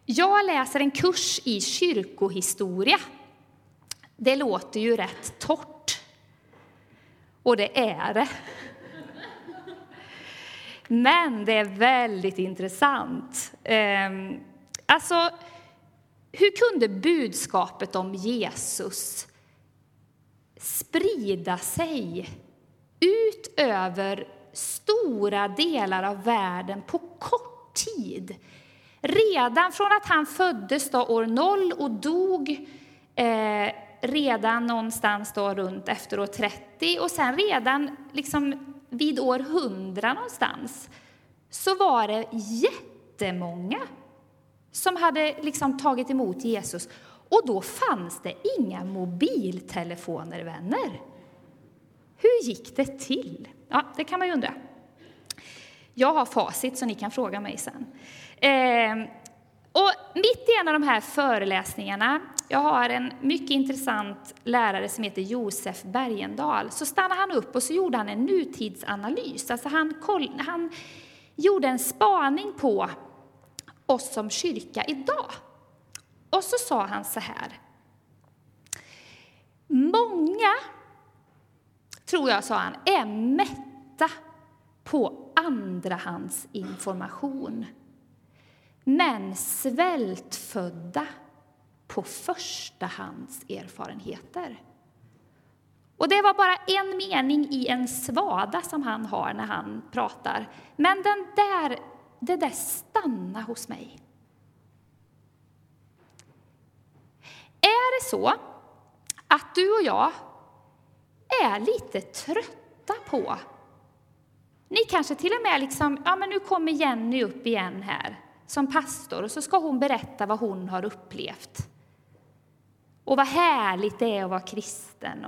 Jag läser en kurs i kyrkohistoria. Det låter ju rätt torrt. Och det är det. Men det är väldigt intressant. Alltså, hur kunde budskapet om Jesus sprida sig ut över stora delar av världen på kort tid? Redan från att han föddes då år 0 och dog redan någonstans då runt efter år 30 och sen redan liksom vid år 100 någonstans så var det jättemånga som hade liksom tagit emot Jesus. Och då fanns det inga mobiltelefoner, vänner. Hur gick det till? Ja, det kan man ju undra. Jag har facit så ni kan fråga mig sen. Och mitt i en av de här föreläsningarna, jag har en mycket intressant lärare som heter Josef Bergendahl, så stannade han upp och så gjorde han en nutidsanalys. Alltså han gjorde en spaning på oss som kyrka idag. Och så sa han så här: många, tror jag, sa han, är mätta på andrahandsinformation, men svältfödda på förstahandserfarenheter. Och det var bara en mening i en svada som han har när han pratar. Men det där stannar hos mig. Är det så att du och jag är lite trötta på, ni kanske till och med liksom, ja men nu kommer Jenny upp igen här som pastor och så ska hon berätta vad hon har upplevt. Och vad härligt det är att vara kristen.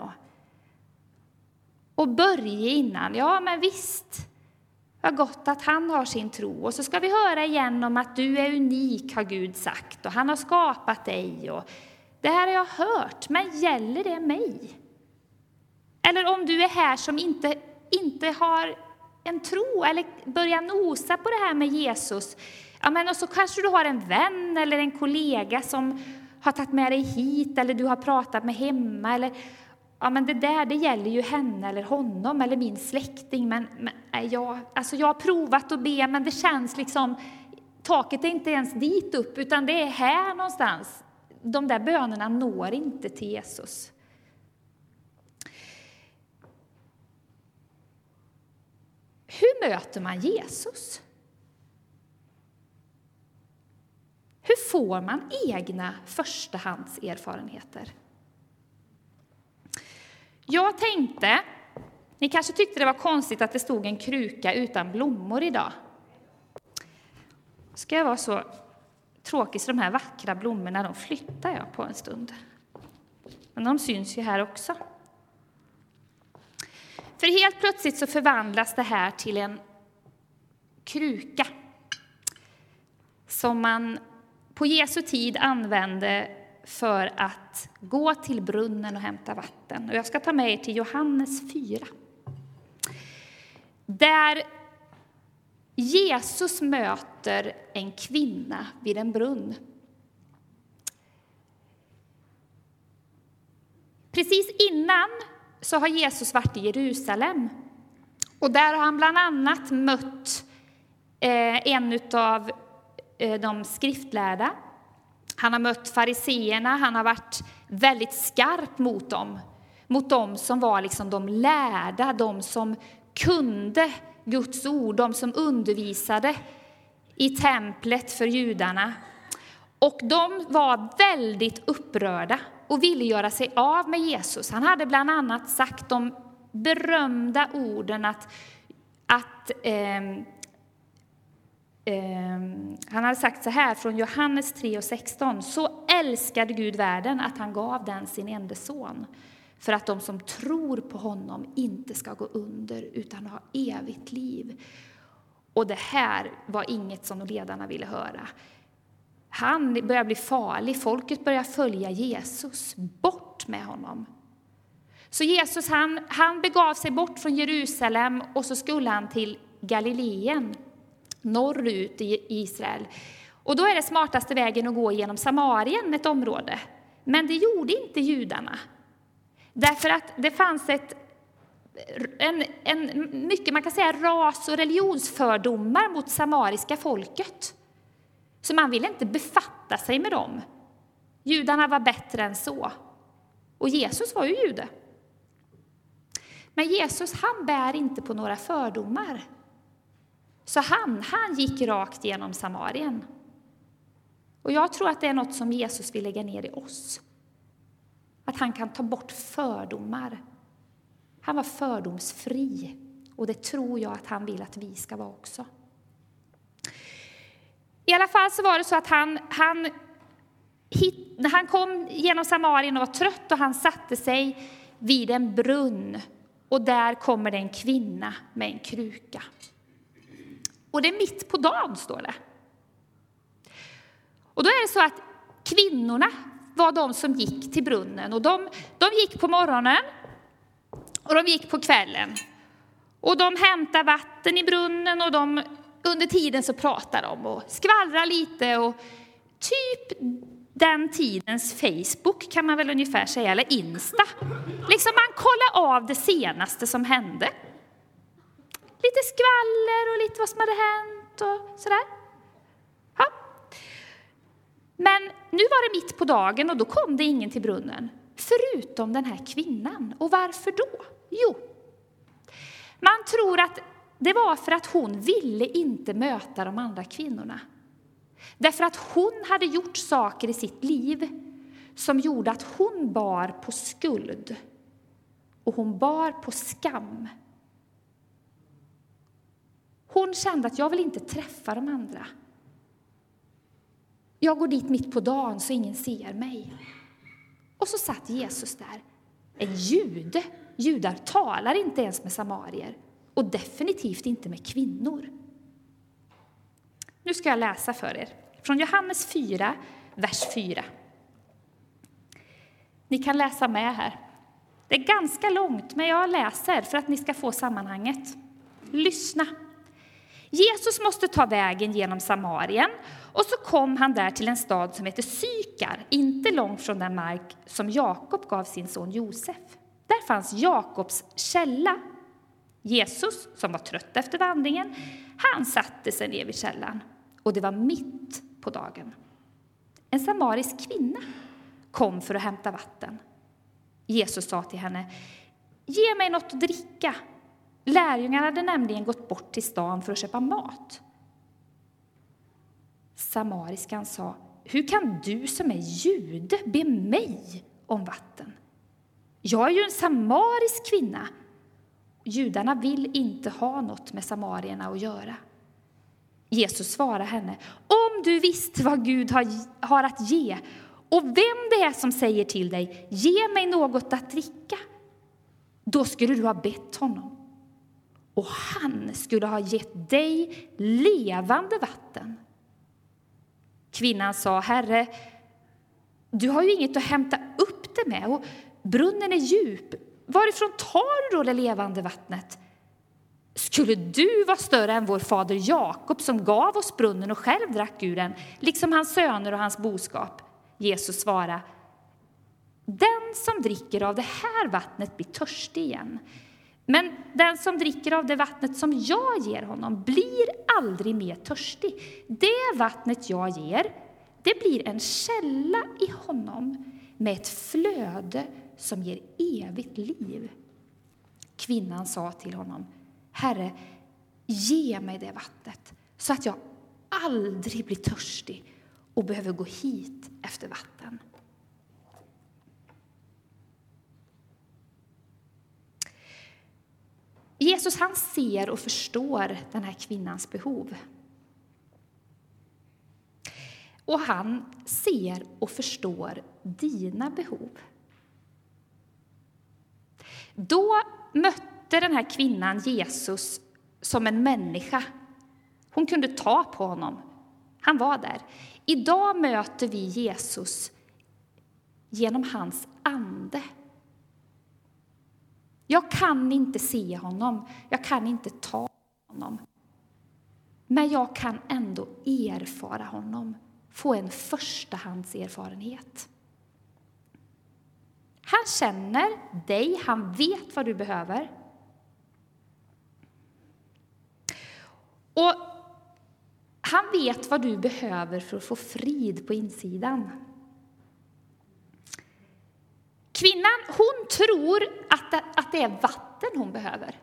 Och Börje innan, ja men visst, vad gott att han har sin tro. Och så ska vi höra igen om att du är unik, har Gud sagt. Och han har skapat dig. Och det här har jag hört, men gäller det mig? Eller om du är här som inte har en tro eller börjar nosa på det här med Jesus. Ja, men och så kanske du har en vän eller en kollega som har tagit med dig hit eller du har pratat med hemma. Eller, ja, men det gäller ju henne eller honom eller min släkting. Men jag har provat att be, men det känns liksom, taket är inte ens dit upp utan det är här någonstans. De där bönerna når inte till Jesus. Hur möter man Jesus? Hur får man egna förstahandserfarenheter? Jag tänkte, ni kanske tyckte det var konstigt att det stod en kruka utan blommor idag. Ska jag vara så tråkig så de här vackra blommorna, de flyttar jag på en stund. Men de syns ju här också. För helt plötsligt så förvandlas det här till en kruka som man på Jesu tid använde för att gå till brunnen och hämta vatten. Och jag ska ta med er till Johannes 4. Där Jesus möter en kvinna vid en brunn. Precis innan så har Jesus varit i Jerusalem. Och där har han bland annat mött en av de skriftlärda. Han har mött fariseerna. Han har varit väldigt skarp mot dem som var liksom de lärda, de som kunde Guds ord, de som undervisade i templet för judarna. Och de var väldigt upprörda och ville göra sig av med Jesus. Han hade bland annat sagt de berömda orden han hade sagt så här från Johannes 3:16. Så älskade Gud världen att han gav den sin enda son, för att de som tror på honom inte ska gå under utan ha evigt liv. Och det här var inget som ledarna ville höra. Han börjar bli farlig. Folket börjar följa Jesus. Bort med honom. Så Jesus han begav sig bort från Jerusalem och så skulle han till Galileen, norrut i Israel. Och då är det smartaste vägen att gå genom Samarien, ett område. Men det gjorde inte judarna. Därför att det fanns mycket, man kan säga, ras- och religionsfördomar mot samariska folket. Så man ville inte befatta sig med dem. Judarna var bättre än så. Och Jesus var ju jude. Men Jesus, han bär inte på några fördomar. Så han gick rakt genom Samarien. Och jag tror att det är något som Jesus vill lägga ner i oss. Att han kan ta bort fördomar. Han var fördomsfri. Och det tror jag att han vill att vi ska vara också. I alla fall så var det så att han kom genom Samarien och var trött. Och han satte sig vid en brunn. Och där kommer det en kvinna med en kruka. Och det är mitt på dagen, står det. Och då är det så att kvinnorna var de som gick till brunnen. Och de gick på morgonen och de gick på kvällen. Och de hämtade vatten i brunnen och under tiden så pratade de och skvallrade lite. Och typ den tidens Facebook kan man väl ungefär säga, eller Insta. Liksom man kollar av det senaste som hände. Lite skvaller och lite vad som hade hänt och sådär. Ja. Men nu var det mitt på dagen och då kom det ingen till brunnen. Förutom den här kvinnan. Och varför då? Jo, man tror att det var för att hon ville inte möta de andra kvinnorna. Därför att hon hade gjort saker i sitt liv som gjorde att hon bar på skuld. Och hon bar på skam. Hon kände att jag vill inte träffa de andra. Jag går dit mitt på dagen så ingen ser mig. Och så satt Jesus där. En jude. Judar talar inte ens med samarier. Och definitivt inte med kvinnor. Nu ska jag läsa för er. Från Johannes 4, vers 4. Ni kan läsa med här. Det är ganska långt, men jag läser för att ni ska få sammanhanget. Lyssna. Jesus måste ta vägen genom Samarien och så kom han där till en stad som heter Sykar, inte långt från den mark som Jakob gav sin son Josef. Där fanns Jakobs källa. Jesus, som var trött efter vandringen, han satte sig ner vid källan och det var mitt på dagen. En samarisk kvinna kom för att hämta vatten. Jesus sa till henne, ge mig något att dricka. Lärjungarna hade nämligen gått bort till stan för att köpa mat. Samariskan sa, hur kan du som är jude be mig om vatten? Jag är ju en samarisk kvinna. Judarna vill inte ha något med samarierna att göra. Jesus svarade henne, om du visste vad Gud har att ge och vem det är som säger till dig, ge mig något att dricka, då skulle du ha bett honom. Och han skulle ha gett dig levande vatten. Kvinnan sa, Herre, du har ju inget att hämta upp det med och brunnen är djup. Varifrån tar du då det levande vattnet? Skulle du vara större än vår fader Jakob som gav oss brunnen och själv drack ur den, liksom hans söner och hans boskap? Jesus svarade, den som dricker av det här vattnet blir törstig igen. Men den som dricker av det vattnet som jag ger honom blir aldrig mer törstig. Det vattnet jag ger, det blir en källa i honom med ett flöde som ger evigt liv. Kvinnan sa till honom, Herre, ge mig det vattnet så att jag aldrig blir törstig och behöver gå hit efter vatten. Jesus, han ser och förstår den här kvinnans behov. Och han ser och förstår dina behov. Då mötte den här kvinnan Jesus som en människa. Hon kunde ta på honom. Han var där. Idag möter vi Jesus genom hans ande. Jag kan inte se honom. Jag kan inte ta honom. Men jag kan ändå erfara honom. Få en förstahandserfarenhet. Han känner dig. Han vet vad du behöver. Och han vet vad du behöver för att få frid på insidan. Kvinnan, hon tror att det är vatten hon behöver.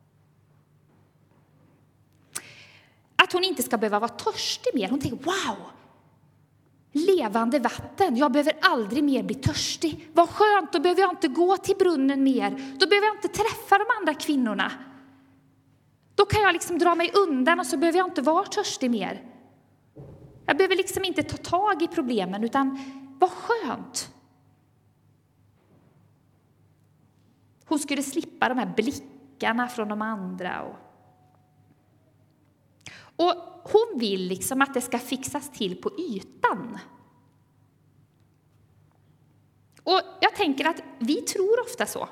Att hon inte ska behöva vara törstig mer. Hon tänker, wow! Levande vatten. Jag behöver aldrig mer bli törstig. Vad skönt, då behöver jag inte gå till brunnen mer. Då behöver jag inte träffa de andra kvinnorna. Då kan jag liksom dra mig undan och så behöver jag inte vara törstig mer. Jag behöver liksom inte ta tag i problemen, utan vad skönt. Hon skulle slippa de här blickarna från de andra. Och hon vill liksom att det ska fixas till på ytan. Och jag tänker att vi tror ofta så.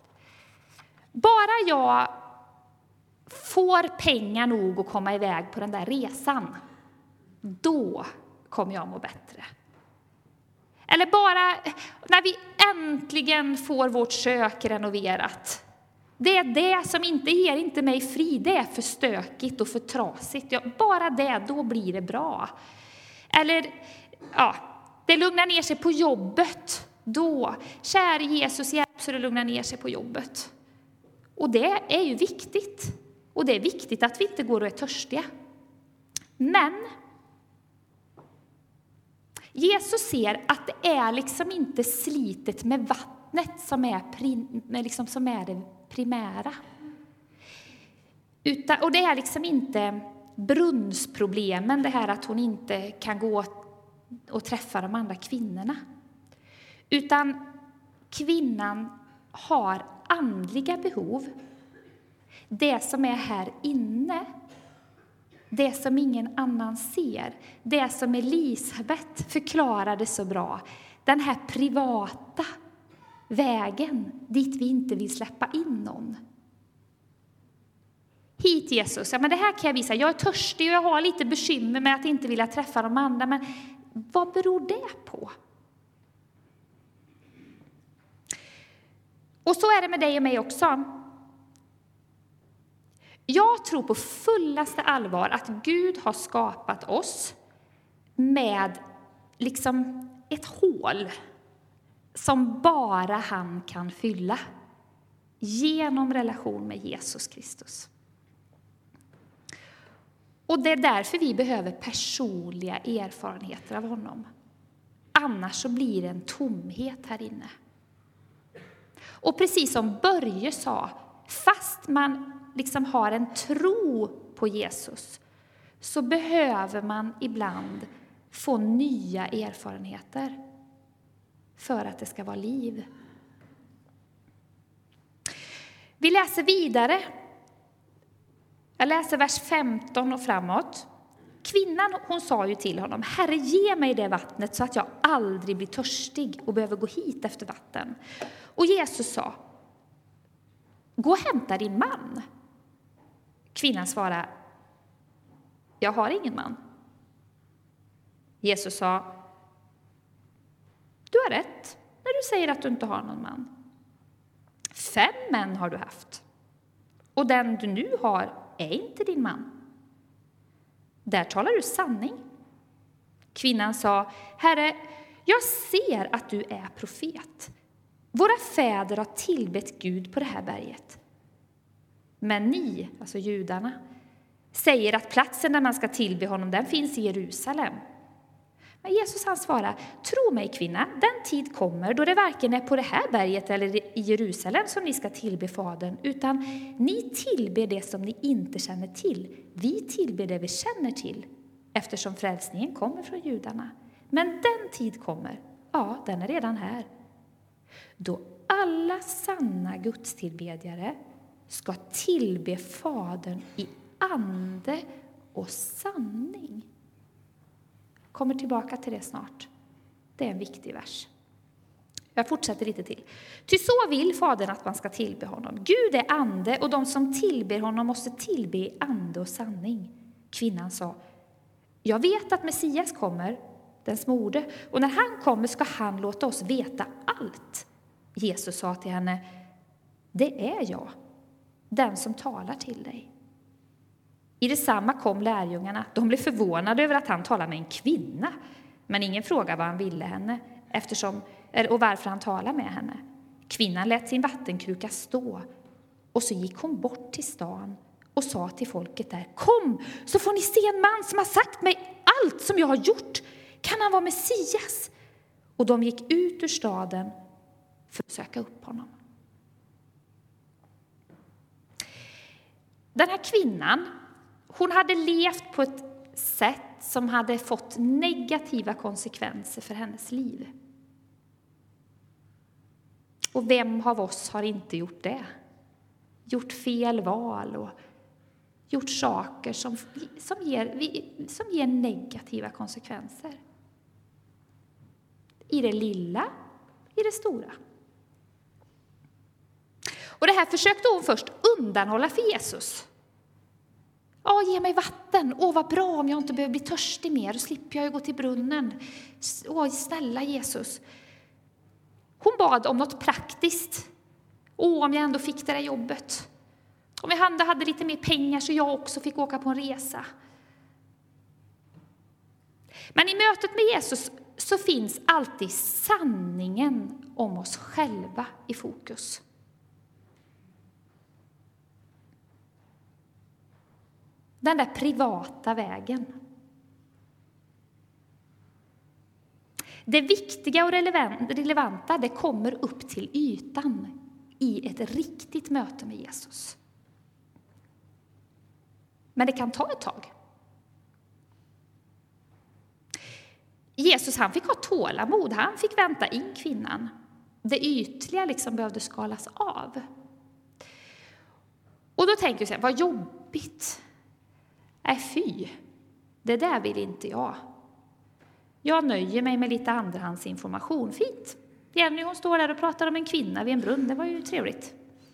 Bara jag får pengar nog att komma iväg på den där resan, då kommer jag må bättre. Eller bara när vi äntligen får vårt kök renoverat. Det är det som inte ger inte mig fri. Det är för stökigt och för trasigt. Ja, bara det, då blir det bra. Eller, ja, det lugnar ner sig på jobbet. Då, kära Jesus, hjälp så det lugnar ner sig på jobbet. Och det är ju viktigt. Och det är viktigt att vi inte går och är törstiga. Men Jesus ser att det är liksom inte slitet med vattnet som är det primära. Och det är liksom inte brunnsproblemen, det här att hon inte kan gå och träffa de andra kvinnorna. Utan kvinnan har andliga behov. Det som är här inne. Det som ingen annan ser. Det som Elisabet förklarade så bra. Den här privata vägen dit vi inte vill släppa in någon. Hit Jesus, ja men det här kan jag visa. Jag är törstig och jag har lite bekymmer med att inte vilja träffa de andra. Men vad beror det på? Och så är det med dig och mig också. Jag tror på fullaste allvar att Gud har skapat oss med liksom ett hål som bara han kan fylla genom relation med Jesus Kristus. Och det är därför vi behöver personliga erfarenheter av honom. Annars så blir det en tomhet här inne. Och precis som Börje sa, fast man liksom har en tro på Jesus, så behöver man ibland få nya erfarenheter för att det ska vara liv. Vi läser vidare. Jag läser vers 15 och framåt. Kvinnan, hon sa ju till honom, Herre, ge mig det vattnet så att jag aldrig blir törstig och behöver gå hit efter vatten. Och Jesus sa, gå och hämta din man. Kvinnan svarade, jag har ingen man. Jesus sa, du har rätt när du säger att du inte har någon man. 5 män har du haft. Och den du nu har är inte din man. Där talar du sanning. Kvinnan sa, Herre, jag ser att du är profet. Våra fäder har tillbett Gud på det här berget. Men ni, alltså judarna, säger att platsen där man ska tillbe honom, den finns i Jerusalem. Men Jesus han svarar, tro mig kvinna, den tid kommer då det varken är på det här berget eller i Jerusalem som ni ska tillbe Fadern, utan ni tillber det som ni inte känner till. Vi tillber det vi känner till, eftersom frälsningen kommer från judarna. Men den tid kommer, ja, den är redan här, då alla sanna gudstillbedjare ska tillbe Fadern i ande och sanning. Kommer tillbaka till det snart. Det är en viktig vers. Jag fortsätter lite till. Ty så vill Fadern att man ska tillbe honom. Gud är ande och de som tillber honom måste tillbe i ande och sanning. Kvinnan sa, jag vet att Messias kommer, den smorde, och när han kommer ska han låta oss veta allt. Jesus sa till henne, det är jag, den som talar till dig. I detsamma kom lärjungarna. De blev förvånade över att han talade med en kvinna. Men ingen frågade vad han ville henne och varför han talade med henne. Kvinnan lät sin vattenkruka stå och så gick hon bort till stan och sa till folket där, kom så får ni se en man som har sagt mig allt som jag har gjort. Kan han vara Messias? Och de gick ut ur staden för att söka upp honom. Den här kvinnan, hon hade levt på ett sätt som hade fått negativa konsekvenser för hennes liv. Och vem av oss har inte gjort det? Gjort fel val och gjort saker som ger negativa konsekvenser. I det lilla, i det stora. Och det här försökte hon först undanhålla för Jesus. Ja, ge mig vatten. Åh, vad bra om jag inte behöver bli törstig mer. Då slipper jag ju gå till brunnen. Åh, snälla Jesus. Hon bad om något praktiskt. Åh, om jag ändå fick det där jobbet. Om jag hade lite mer pengar så jag också fick åka på en resa. Men i mötet med Jesus så finns alltid sanningen om oss själva i fokus. Den där privata vägen. Det viktiga och relevanta, det kommer upp till ytan i ett riktigt möte med Jesus. Men det kan ta ett tag. Jesus, han fick ha tålamod. Han fick vänta in kvinnan. Det ytliga behövde skalas av. Och då tänker jag så här, vad jobbigt. Fy, det där vill inte jag. Jag nöjer mig med lite andrahandsinformation. Fint. Jenny, hon står där och pratar om en kvinna vid en brunn. Det var ju trevligt.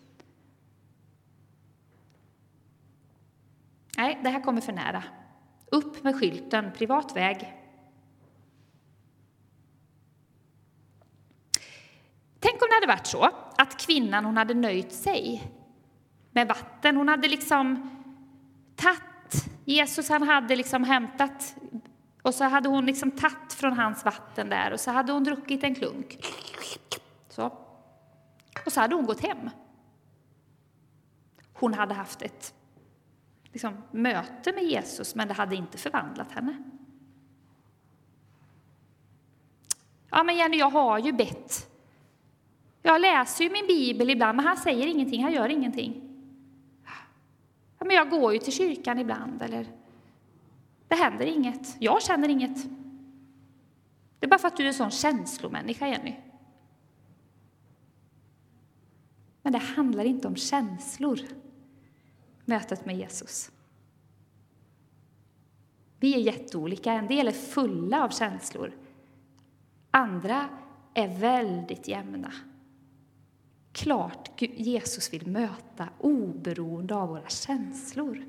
Nej, det här kommer för nära. Upp med skylten, privat väg. Tänk om det hade varit så att kvinnan, hon hade nöjt sig med vatten. Hon hade tagit Jesus, han hade hämtat, och så hade hon tagit från hans vatten där, och så hade hon druckit en klunk. Så. Och så hade hon gått hem. Hon hade haft ett möte med Jesus, men det hade inte förvandlat henne. Ja, men Jenny, jag har ju bett. Jag läser ju min bibel ibland, men han säger ingenting, han gör ingenting. Ja, men jag går ju till kyrkan ibland, eller det händer inget. Jag känner inget. Det är bara för att du är en sån känslomänniska, Jenny. Men det handlar inte om känslor. Mötet med Jesus. Vi är jätteolika. En del är fulla av känslor. Andra är väldigt jämna. Klart Jesus vill möta oberoende av våra känslor.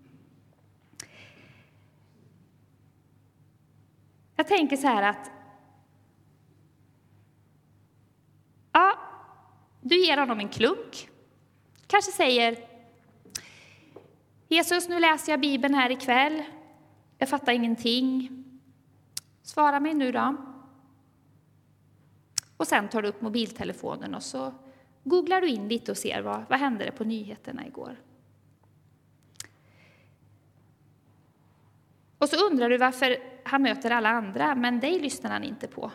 Jag tänker så här att du ger honom en klunk. Kanske säger, Jesus, nu läser jag Bibeln här ikväll. Jag fattar ingenting. Svara mig nu då. Och sen tar du upp mobiltelefonen och så googlar du in lite och ser vad hände det på nyheterna igår. Och så undrar du varför han möter alla andra, men dig lyssnar han inte på.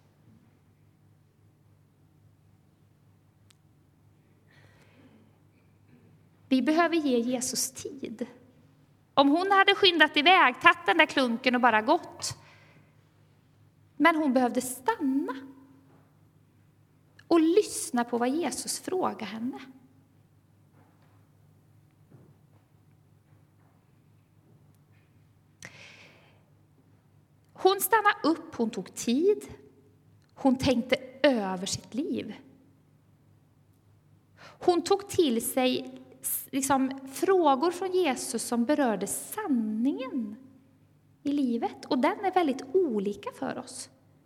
Vi behöver ge Jesus tid. Om hon hade skyndat iväg, tagit den där klunken och bara gått. Men hon behövde stanna och lyssna på vad Jesus frågar henne. Hon stannade upp, hon tog tid. Hon tänkte över sitt liv. Hon tog till sig liksom frågor från Jesus som berörde sanningen i livet. Och den är väldigt olika för oss.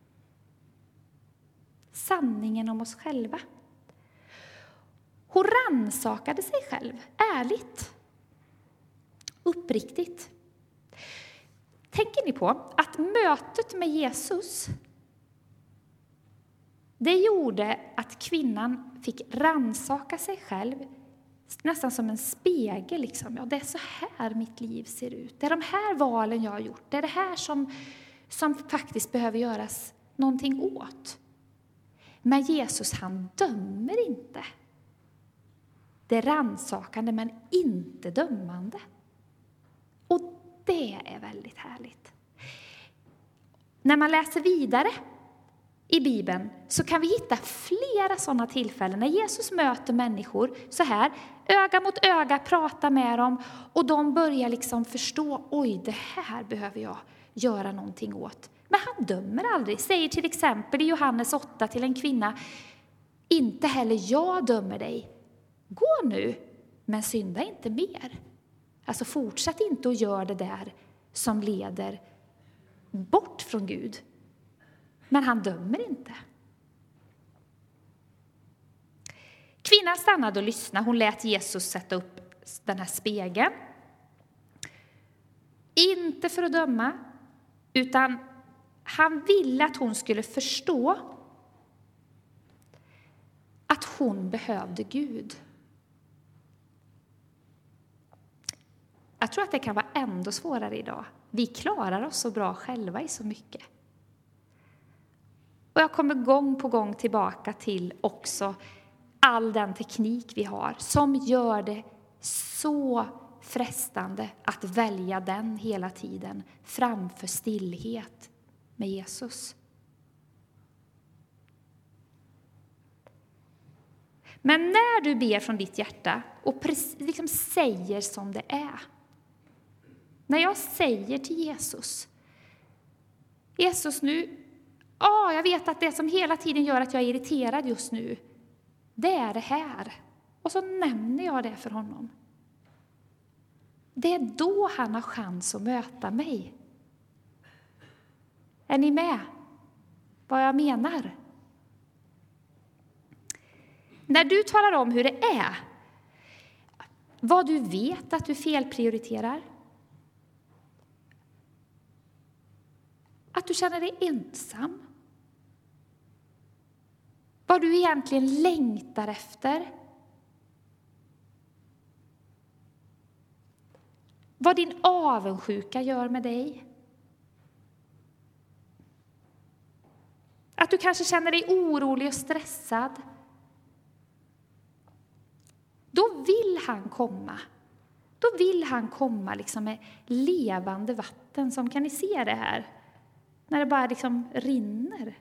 Sanningen om oss själva. Hon rannsakade sig själv, ärligt, uppriktigt. Tänker ni på att mötet med Jesus, det gjorde att kvinnan fick rannsaka sig själv, nästan som en spegel. Liksom. Ja, det är så här mitt liv ser ut. Det är de här valen jag har gjort. Det är det här som faktiskt behöver göras någonting åt. Men Jesus, han dömer inte. Det är rannsakande men inte dömande. Och det är väldigt härligt. När man läser vidare i Bibeln så kan vi hitta flera sådana tillfällen när Jesus möter människor så här, öga mot öga, pratar med dem och de börjar liksom förstå, oj, det här behöver jag göra någonting åt. Men han dömer aldrig, säger till exempel i Johannes 8 till en kvinna, inte heller jag dömer dig. Gå nu, men synda inte mer. Alltså fortsätt inte att göra det där som leder bort från Gud. Men han dömer inte. Kvinnan stannade och lyssnade. Hon lät Jesus sätta upp den här spegeln. Inte för att döma, utan han ville att hon skulle förstå att hon behövde Gud. Jag tror att det kan vara ändå svårare idag. Vi klarar oss så bra själva i så mycket. Och jag kommer gång på gång tillbaka till också all den teknik vi har som gör det så frestande att välja den hela tiden framför stillhet med Jesus. Men när du ber från ditt hjärta och liksom säger som det är. När jag säger till Jesus, Jesus nu, jag vet att det som hela tiden gör att jag är irriterad just nu, det är det här. Och så nämner jag det för honom. Det är då han har chans att möta mig. Är ni med vad jag menar? När du talar om hur det är, vad du vet att du felprioriterar, att du känner dig ensam, vad du egentligen längtar efter, vad din avundsjuka gör med dig, att du kanske känner dig orolig och stressad, då vill han komma. Då vill han komma liksom med levande vatten, som kan ni se det här? När det bara liksom rinner.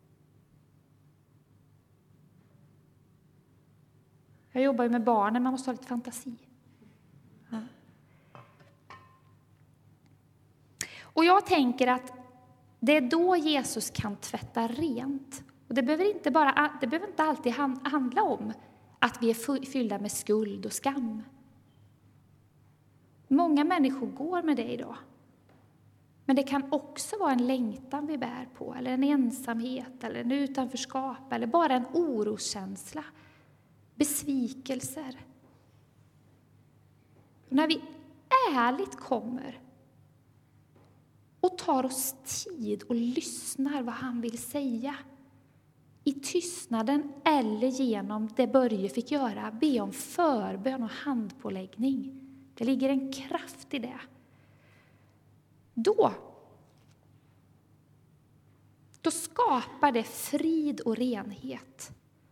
Jag jobbar ju med barnen, man måste ha lite fantasi. Ja. Och jag tänker att det är då Jesus kan tvätta rent. Och det behöver inte alltid handla om att vi är fyllda med skuld och skam. Många människor går med det idag. Men det kan också vara en längtan vi bär på, eller en ensamhet, eller en utanförskap, eller bara en oroskänsla, besvikelser. Och när vi ärligt kommer och tar oss tid och lyssnar vad han vill säga, i tystnaden eller genom det Börje fick göra, be om förbön och handpåläggning. Det ligger en kraft i det. Då skapar det frid och renhet.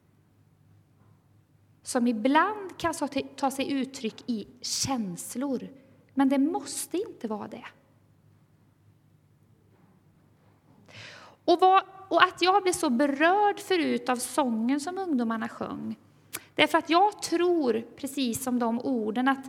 Som ibland kan ta sig uttryck i känslor. Men det måste inte vara det. Och att jag blev så berörd förut av sången som ungdomarna sjöng. Därför att jag tror, precis som de orden, att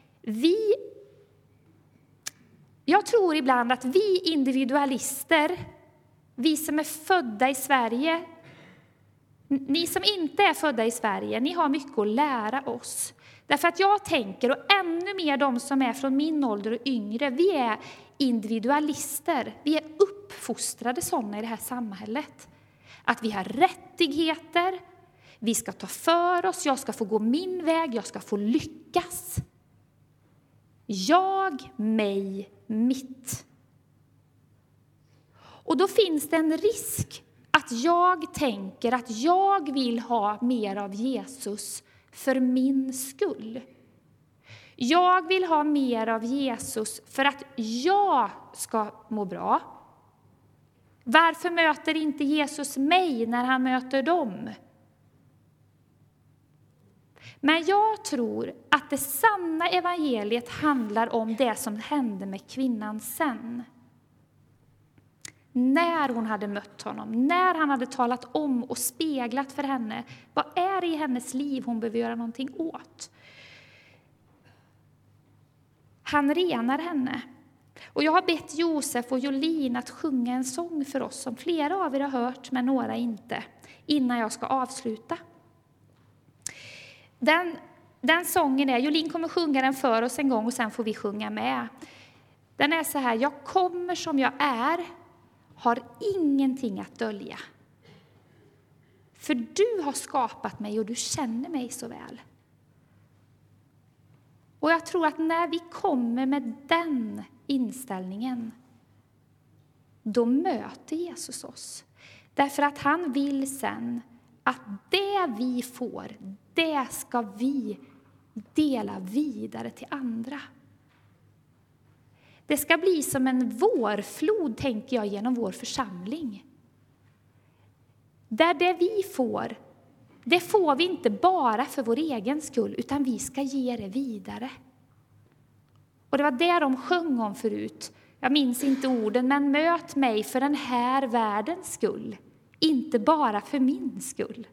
jag tror ibland att vi individualister, vi som är födda i Sverige Ni som inte är födda i Sverige, ni har mycket att lära oss. Därför att jag tänker, och ännu mer de som är från min ålder och yngre, vi är individualister. Vi är uppfostrade sådana i det här samhället. Att vi har rättigheter, vi ska ta för oss, jag ska få gå min väg, jag ska få lyckas. Jag, mig, mitt. Och då finns det en risk att jag tänker att jag vill ha mer av Jesus för min skull. Jag vill ha mer av Jesus för att jag ska må bra. Varför möter inte Jesus mig när han möter dem? Men jag tror att det sanna evangeliet handlar om det som hände med kvinnan sen. När hon hade mött honom, när han hade talat om och speglat för henne, vad är det i hennes liv hon behöver göra någonting åt? Han renar henne. Och jag har bett Josef och Jolin att sjunga en sång för oss som flera av er har hört, men några inte, innan jag ska avsluta. Den sången är, Jolin kommer sjunga den för oss en gång och sen får vi sjunga med. Den är så här: jag kommer som jag är, har ingenting att dölja. För du har skapat mig och du känner mig så väl. Och jag tror att när vi kommer med den inställningen, då möter Jesus oss. Därför att han vill sen att det vi får, det ska vi dela vidare till andra. Det ska bli som en vårflod, tänker jag, genom vår församling. Där det vi får, det får vi inte bara för vår egen skull, utan vi ska ge det vidare. Och det var det de sjöng om förut. Jag minns inte orden, men möt mig för den här världens skull. Inte bara för min skull.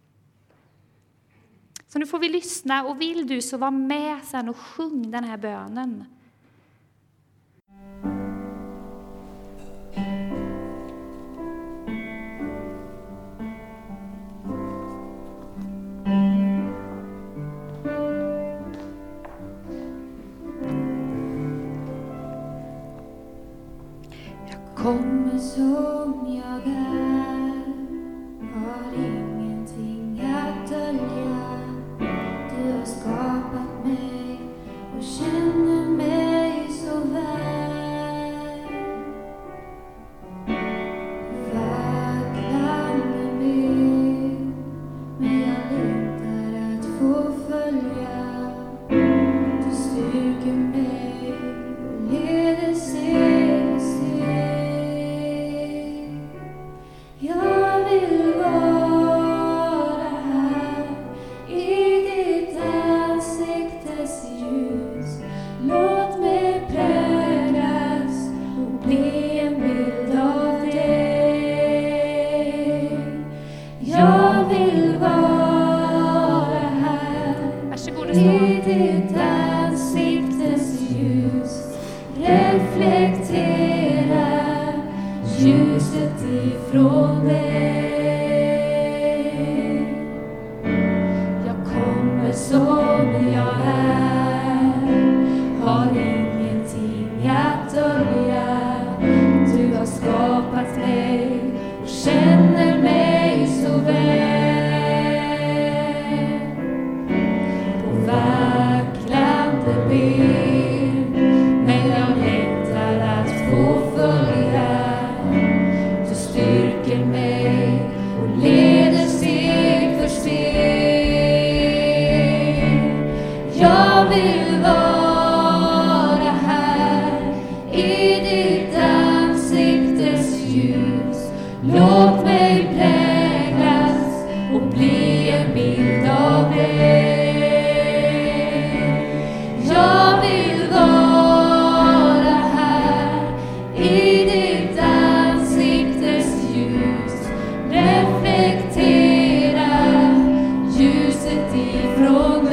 Så nu får vi lyssna, och vill du så var med sen och sjung den här bönen. Kommer som jag är, har ingenting att dölja. Du har skapat mig och känner mig så väl. Vacklande med, men jag längtar att få följa. Du styrker mig och leder sig. Jag vill vara här i ditt ansiktes ljus. Låt mig präglas och bli en bild av dig. Jag vill vara här i ditt ansiktes ljus. Reflektera ljuset ifrån dig. Jag kommer som jag är, har ingenting att dölja. Du har skapat mig och känner mig så väl. På vacklande ben, men jag längtar att få följa. Styrker mig och leder steg för steg. Jag vill vara här i ditt ansiktes ljus. Låt mig präglas och bli en bild av dig. Jag vill vara här i ditt ansiktes ljus. Reflektera ljuset ifrån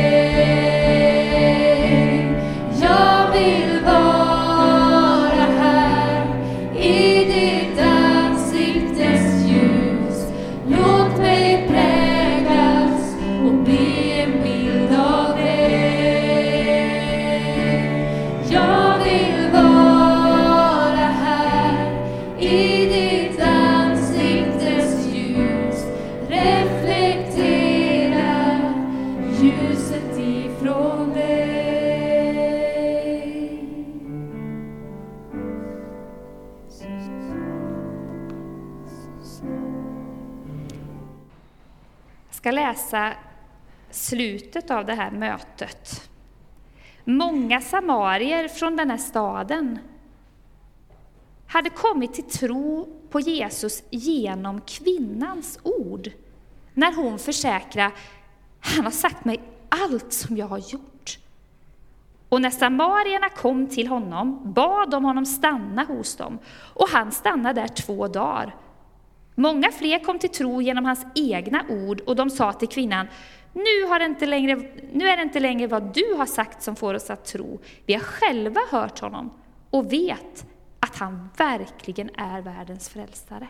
mig. Jag vill vara här i ditt ansiktes ska läsa slutet av det här mötet. Många samarier från den här staden hade kommit till tro på Jesus genom kvinnans ord. När hon försäkrar, han har sagt mig allt som jag har gjort. Och när samarierna kom till honom bad de honom stanna hos dem. Och han stannade där 2 dagar. Många fler kom till tro genom hans egna ord och de sa till kvinnan, nu är det inte längre vad du har sagt som får oss att tro. Vi har själva hört honom och vet att han verkligen är världens frälsare.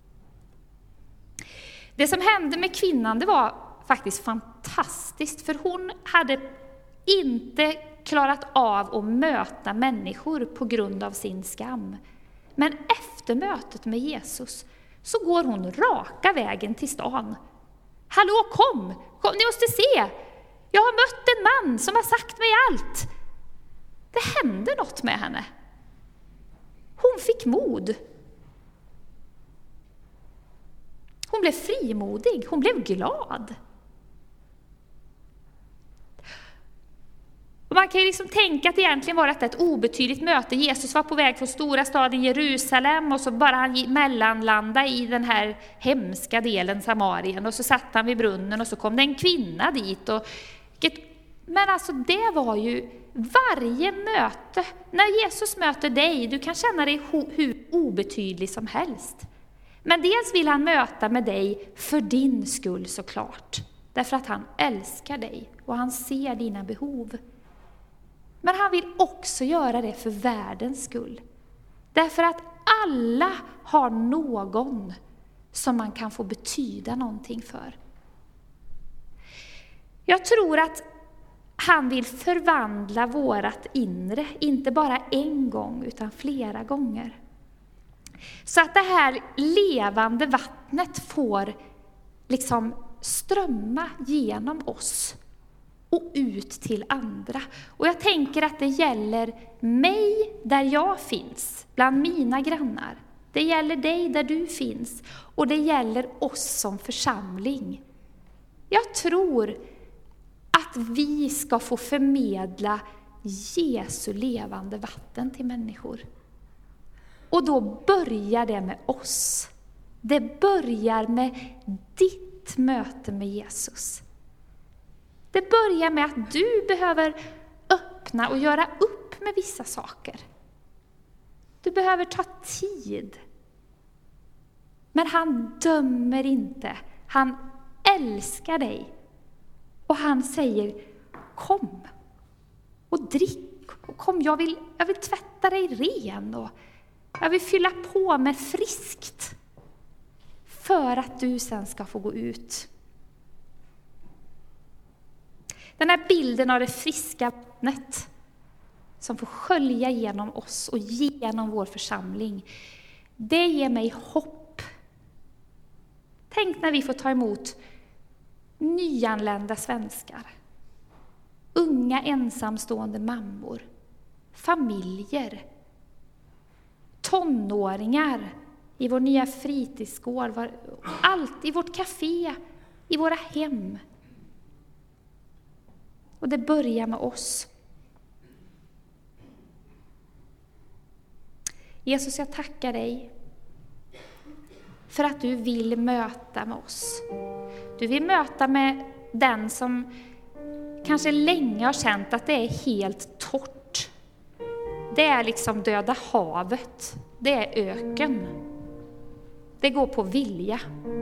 Det som hände med kvinnan, det var faktiskt fantastiskt, för hon hade inte klarat av att möta människor på grund av sin skam. Men efter mötet med Jesus så går hon raka vägen till stan. Hallå, kom, ni måste se! Jag har mött en man som har sagt mig allt. Det hände något med henne. Hon fick mod. Hon blev frimodig, hon blev glad. Och man kan ju liksom tänka att det egentligen var ett obetydligt möte. Jesus var på väg från stora staden Jerusalem och så bara han mellanlanda i den här hemska delen Samarien. Och så satt han vid brunnen och så kom det en kvinna dit. Men alltså det var ju varje möte. När Jesus möter dig, du kan känna dig hur obetydlig som helst. Men dels vill han möta med dig för din skull såklart. Därför att han älskar dig och han ser dina behov. Men han vill också göra det för världens skull. Därför att alla har någon som man kan få betyda någonting för. Jag tror att han vill förvandla vårat inre, inte bara en gång utan flera gånger. Så att det här levande vattnet får liksom strömma genom oss och ut till andra. Och jag tänker att det gäller mig där jag finns, bland mina grannar. Det gäller dig där du finns och det gäller oss som församling. Jag tror att vi ska få förmedla Jesu levande vatten till människor. Och då börjar det med oss. Det börjar med ditt möte med Jesus. Det börjar med att du behöver öppna och göra upp med vissa saker. Du behöver ta tid. Men han dömer inte. Han älskar dig. Och han säger, kom och drick. Och kom, jag vill tvätta dig ren. Och jag vill fylla på med friskt. För att du sen ska få gå ut. Den här bilden av det friska vattnet som får skölja genom oss och genom vår församling. Det ger mig hopp. Tänk när vi får ta emot nyanlända svenskar. Unga ensamstående mammor. Familjer. Tonåringar i vår nya fritidsgård. Allt i vårt café, i våra hem. Och det börjar med oss. Jesus, jag tackar dig för att du vill möta med oss. Du vill möta med den som kanske länge har känt att det är helt torrt. Det är liksom döda havet. Det är öken. Det går på vilja.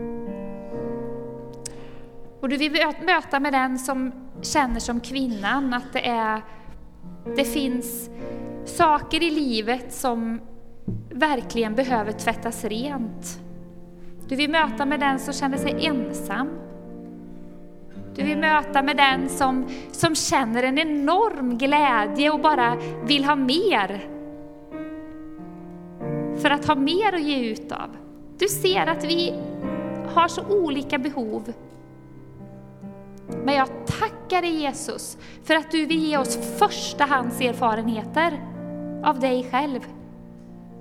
Och du vill möta med den som känner som kvinnan att det finns saker i livet som verkligen behöver tvättas rent. Du vill möta med den som känner sig ensam. Du vill möta med den som känner en enorm glädje och bara vill ha mer. För att ha mer att ge ut av. Du ser att vi har så olika behov. Men jag tackar dig Jesus för att du vill ge oss förstahandserfarenheter av dig själv.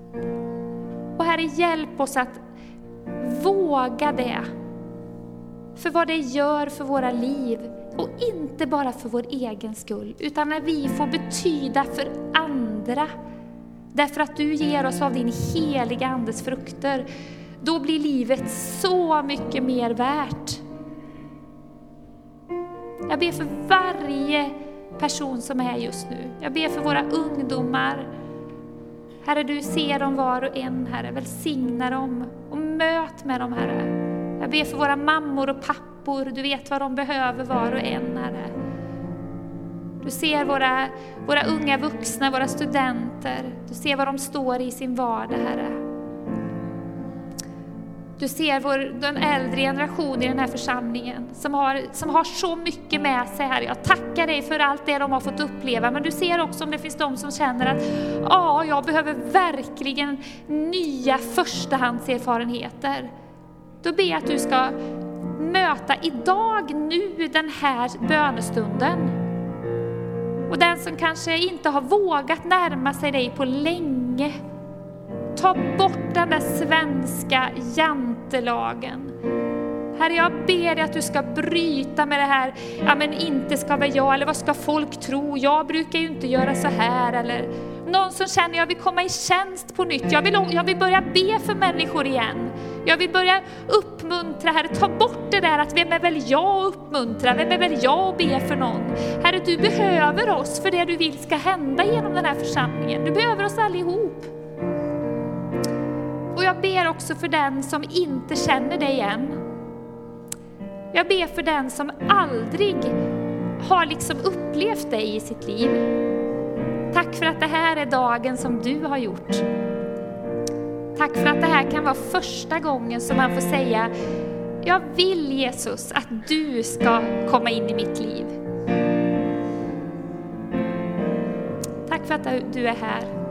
Och Herre, hjälp oss att våga det. för vad det gör för våra liv. Och inte bara för vår egen skull, utan när vi får betyda för andra. Därför att du ger oss av din heliga andes frukter. Då blir livet så mycket mer värt. Jag ber för varje person som är här just nu. Jag ber för våra ungdomar. Herre, du ser dem var och en, Herre. Välsigna dem och möt med dem, Herre. Jag ber för våra mammor och pappor. Du vet vad de behöver var och en, Herre. Du ser våra unga vuxna, våra studenter. Du ser vad de står i sin vardag, Herre. Du ser den äldre generationen i den här församlingen som har så mycket med sig, Herre. Jag tackar dig för allt det de har fått uppleva. Men du ser också om det finns de som känner att jag behöver verkligen nya förstahandserfarenheter. Då ber jag att du ska möta idag, nu, den här bönestunden. Och den som kanske inte har vågat närma sig dig på länge, ta bort den där svenska jantelagen. Herre, jag ber dig att du ska bryta med det här. Ja, men inte ska väl jag, eller vad ska folk tro? Jag brukar ju inte göra så här. Eller någon som känner jag vill komma i tjänst på nytt. Jag vill börja be för människor igen. Jag vill börja uppmuntra, Herre. Ta bort det där att vem är väl jag att uppmuntra? Vem är väl jag att be för någon? Herre, du behöver oss för det du vill ska hända genom den här församlingen. Du behöver oss allihop. Och jag ber också för den som inte känner dig än. Jag ber för den som aldrig har upplevt dig i sitt liv. Tack för att det här är dagen som du har gjort. Tack för att det här kan vara första gången som man får säga: jag vill, Jesus, att du ska komma in i mitt liv. Tack för att du är här.